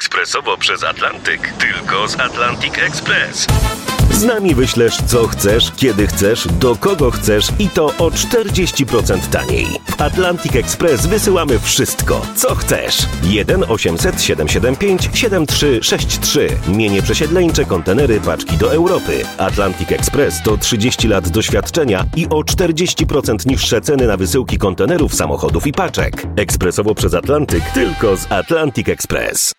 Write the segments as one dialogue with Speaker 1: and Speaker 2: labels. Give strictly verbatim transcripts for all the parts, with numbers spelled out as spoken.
Speaker 1: ekspresowo przez Atlantyk. Tylko z Atlantic Express. Z nami wyślesz co chcesz, kiedy chcesz, do kogo chcesz i to o czterdzieści procent taniej. W Atlantic Express wysyłamy wszystko, co chcesz. jeden osiemset siedemset siedemdziesiąt pięć siedemdziesiąt trzy sześćdziesiąt trzy. Mienie przesiedleńcze, kontenery, paczki do Europy. Atlantic Express to trzydzieści lat doświadczenia i o czterdzieści procent niższe ceny na wysyłki kontenerów, samochodów i paczek. Ekspresowo przez Atlantyk, tylko z Atlantic Express.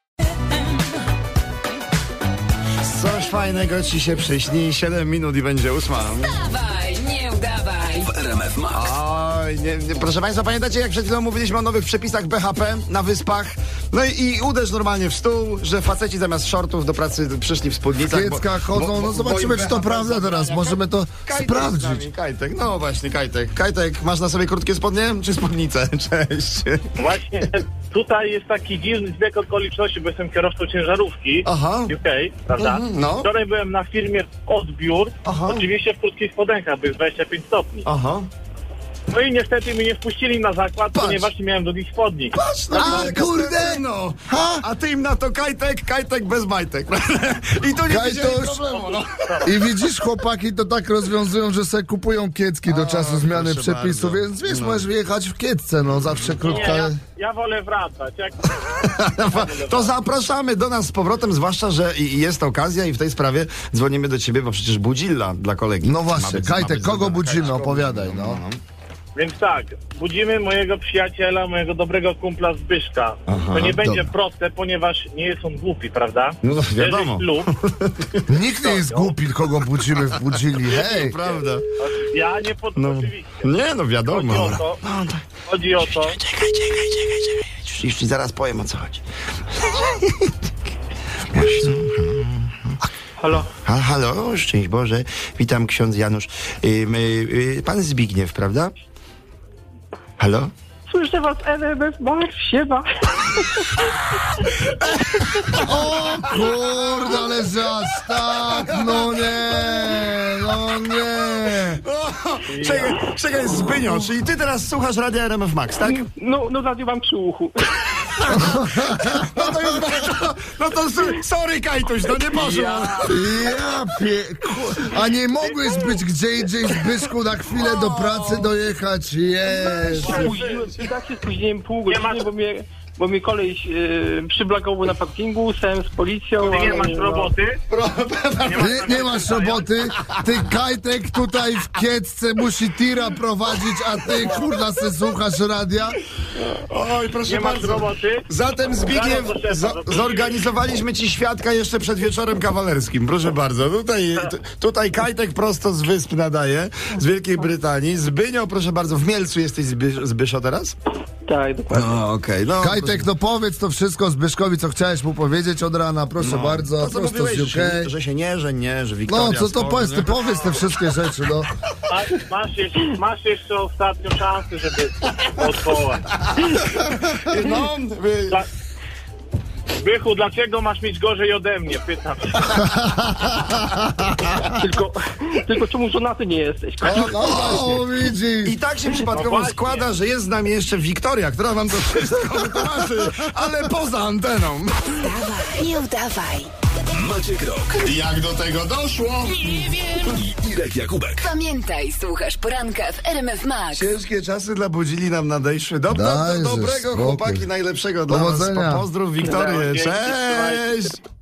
Speaker 2: Coś fajnego ci się przyśni. siedem minut i będzie ósma.
Speaker 3: Dawaj, nie udawaj.
Speaker 1: W R M F Max.
Speaker 2: Oj, nie, nie, proszę państwa, pamiętacie jak przed chwilą mówiliśmy o nowych przepisach B H P na wyspach? No i, i uderz normalnie w stół, że faceci zamiast shortów do pracy przyszli w spódnicach.
Speaker 4: W kieckach
Speaker 2: bo-
Speaker 4: chodzą,
Speaker 2: bo-
Speaker 4: no
Speaker 2: bo-
Speaker 4: zobaczymy,
Speaker 2: bo
Speaker 4: czy to
Speaker 2: im
Speaker 4: prawda
Speaker 2: B H P
Speaker 4: teraz.
Speaker 2: zabrania.
Speaker 4: Możemy to
Speaker 2: Kajtek
Speaker 4: sprawdzić.
Speaker 2: z nami, Kajtek, no właśnie, Kajtek. Kajtek, masz na sobie krótkie spodnie czy spódnicę? Cześć.
Speaker 5: Właśnie tutaj jest taki dziwny zbieg okoliczności, bo jestem kierowcą ciężarówki
Speaker 2: Aha.
Speaker 5: U K, prawda?
Speaker 2: Mhm, no.
Speaker 5: Wczoraj byłem na firmie Odbiór,
Speaker 2: Aha.
Speaker 5: oczywiście w krótkich spodenkach, by dwadzieścia pięć stopni.
Speaker 2: Aha.
Speaker 5: No i niestety mnie nie wpuścili na zakład,
Speaker 2: Patrz.
Speaker 5: ponieważ nie miałem długich spodni.
Speaker 2: Patrz, no,
Speaker 4: A, kurde!
Speaker 2: no.
Speaker 4: Ha?
Speaker 2: A ty im na to Kajtek, Kajtek bez majtek. I tu nie
Speaker 4: Kajtuś.
Speaker 2: widzieli problemu, no.
Speaker 4: I widzisz, chłopaki to tak rozwiązują, że se kupują kiecki do
Speaker 2: A,
Speaker 4: czasu zmiany
Speaker 2: proszę
Speaker 4: przepisów,
Speaker 2: bardzo.
Speaker 4: więc wiesz,
Speaker 2: No.
Speaker 4: możesz jechać w kiecce, no zawsze
Speaker 5: Nie,
Speaker 4: krótka...
Speaker 5: ja, ja wolę wracać. Jak...
Speaker 2: To zapraszamy do nas z powrotem, zwłaszcza, że i- jest okazja i w tej sprawie dzwonimy do ciebie, bo przecież budzilla dla kolegi.
Speaker 4: No
Speaker 2: Ma
Speaker 4: właśnie,
Speaker 2: być- ma
Speaker 4: Kajtek,
Speaker 2: być
Speaker 4: kogo
Speaker 2: zrobione.
Speaker 4: budzimy?
Speaker 2: Kajtek,
Speaker 4: Opowiadaj, no.
Speaker 5: Więc tak, budzimy mojego przyjaciela, mojego dobrego kumpla Zbyszka.
Speaker 2: Aha,
Speaker 5: to nie będzie
Speaker 4: dobra.
Speaker 5: proste, ponieważ nie jest on głupi, prawda?
Speaker 2: No to wiadomo.
Speaker 5: Leży ślub.
Speaker 4: Nikt nie jest głupi, kogo budzimy w budzili, hej!
Speaker 2: Prawda.
Speaker 5: Ja nie pod...
Speaker 2: No.
Speaker 5: Oczywiście.
Speaker 2: Nie, no
Speaker 5: Chodzi
Speaker 2: wiadomo.
Speaker 5: o to, chodzi o to,
Speaker 2: Czekaj, czekaj, czekaj, czekaj. Już, już ci zaraz powiem, o co chodzi.
Speaker 5: halo,
Speaker 2: Ha, halo, szczęść Boże. Witam, ksiądz Janusz. Ym, y, y, pan Zbigniew, prawda? Halo?
Speaker 6: Słyszę was, R M F Max, siema.
Speaker 4: O kurde, ale że aż tak, no nie, no nie.
Speaker 2: Czekaj, czekaj, Zbynio, czyli ty teraz słuchasz radia R M F Max, tak?
Speaker 6: No, no radio mam przy uchu.
Speaker 2: No to już, no, no to s- sorry, Kajtuś, no nie poszło.
Speaker 4: Ja pie... ku- A nie mogłeś być gdzie indziej, Zbyszku, na chwilę do pracy dojechać, jest.
Speaker 6: Spóźniłem, i tak się spóźniłem pół
Speaker 5: Nie
Speaker 6: godziny,
Speaker 5: masz-
Speaker 6: bo mnie, bo mnie koleś yy, przyblokował na parkingu, stałem z policją.
Speaker 5: ty nie
Speaker 6: ale
Speaker 5: masz
Speaker 6: no.
Speaker 5: roboty?
Speaker 4: Nie, nie masz roboty, ty Kajtek tutaj w kiecce musi tira prowadzić, a ty kurwa se słuchasz radia?
Speaker 2: Oj, proszę
Speaker 5: Nie masz
Speaker 2: bardzo.
Speaker 5: roboty?
Speaker 2: Zatem Zbigniew,
Speaker 5: Zaraz do szefa,
Speaker 2: zo-
Speaker 5: do-
Speaker 2: zorganizowaliśmy ci świadka jeszcze przed wieczorem kawalerskim. Proszę bardzo. Tutaj, t- tutaj Kajtek prosto z wysp nadaje, z Wielkiej Brytanii. Zbynio, proszę bardzo, w Mielcu jesteś Zby- Zbyszo teraz?
Speaker 6: Tak, dokładnie.
Speaker 2: No, okej. No,
Speaker 4: Kajtek, no powiedz to wszystko Zbyszkowi, co chciałeś mu powiedzieć od rana, proszę
Speaker 2: no.
Speaker 4: bardzo,
Speaker 2: To, co
Speaker 4: prosto
Speaker 2: mówiłeś,
Speaker 4: z U
Speaker 2: że,
Speaker 4: K.
Speaker 2: się- że się nie, że nie, że Wiktoria
Speaker 4: No, co to
Speaker 2: stoi,
Speaker 4: powiedz,
Speaker 2: nie?
Speaker 4: ty powiedz te wszystkie rzeczy, no.
Speaker 5: Masz, masz, jeszcze, masz jeszcze ostatnią szansę, żeby odwołać.
Speaker 2: No, wy-
Speaker 5: Dla... Bychu, dlaczego masz mieć gorzej ode mnie? Pytam się.
Speaker 6: Tylko, tylko czemu żonaty nie jesteś?
Speaker 4: O, widzisz.
Speaker 2: I tak się
Speaker 5: No
Speaker 2: przypadkowo
Speaker 5: właśnie.
Speaker 2: składa, że jest z nami jeszcze Wiktoria, która wam to wszystko wytłumaczy, ale poza anteną.
Speaker 3: Dawaj, nie udawaj.
Speaker 1: Maciek Rok
Speaker 2: Jak do tego doszło?
Speaker 1: i Irek Jakubek.
Speaker 3: Pamiętaj, słuchasz poranka w R M F Max.
Speaker 2: Ciężkie czasy dla budzili nam nadejszły. Do, do, do,
Speaker 4: Dajże
Speaker 2: dobrego
Speaker 4: spokój.
Speaker 2: chłopaki, najlepszego dla
Speaker 4: Powodzenia.
Speaker 2: was. Po, pozdrów Wiktorię.
Speaker 5: Dzięki,
Speaker 2: Cześć!